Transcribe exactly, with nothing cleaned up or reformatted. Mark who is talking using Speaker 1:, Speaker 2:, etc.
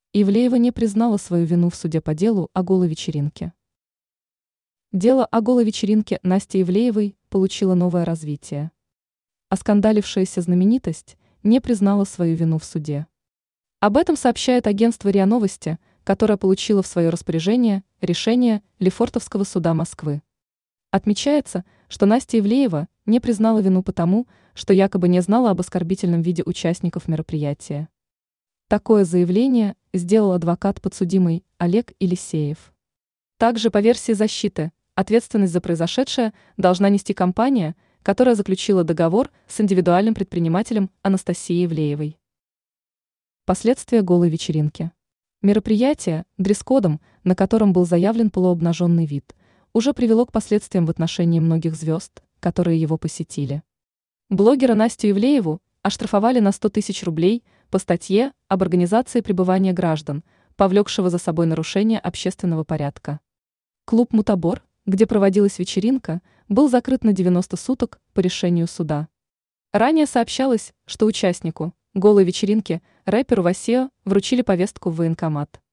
Speaker 1: Ивлеева не признала свою вину в суде по делу о голой вечеринке. Дело о голой вечеринке Насти Ивлеевой получило новое развитие. Оскандалившаяся знаменитость не признала свою вину в суде. Об этом сообщает агентство РИА Новости, которое получило в свое распоряжение решение Лефортовского суда Москвы. Отмечается, что Настя Ивлеева не признала вину потому, что якобы не знала об оскорбительном виде участников мероприятия. Такое заявление сделал адвокат подсудимый Олег Елисеев. Также по версии защиты, ответственность за произошедшее должна нести компания, которая заключила договор с индивидуальным предпринимателем Анастасией Ивлеевой. Последствия голой вечеринки. Мероприятие, дресс-кодом, на котором был заявлен полуобнаженный вид, уже привело к последствиям в отношении многих звезд, которые его посетили. Блогера Настю Ивлееву оштрафовали на сто тысяч рублей по статье об организации пребывания граждан, повлекшего за собой нарушение общественного порядка. Клуб «Мутабор», где проводилась вечеринка, был закрыт на девяносто суток по решению суда. Ранее сообщалось, что участнику голой вечеринки, рэперу Васио, вручили повестку в военкомат.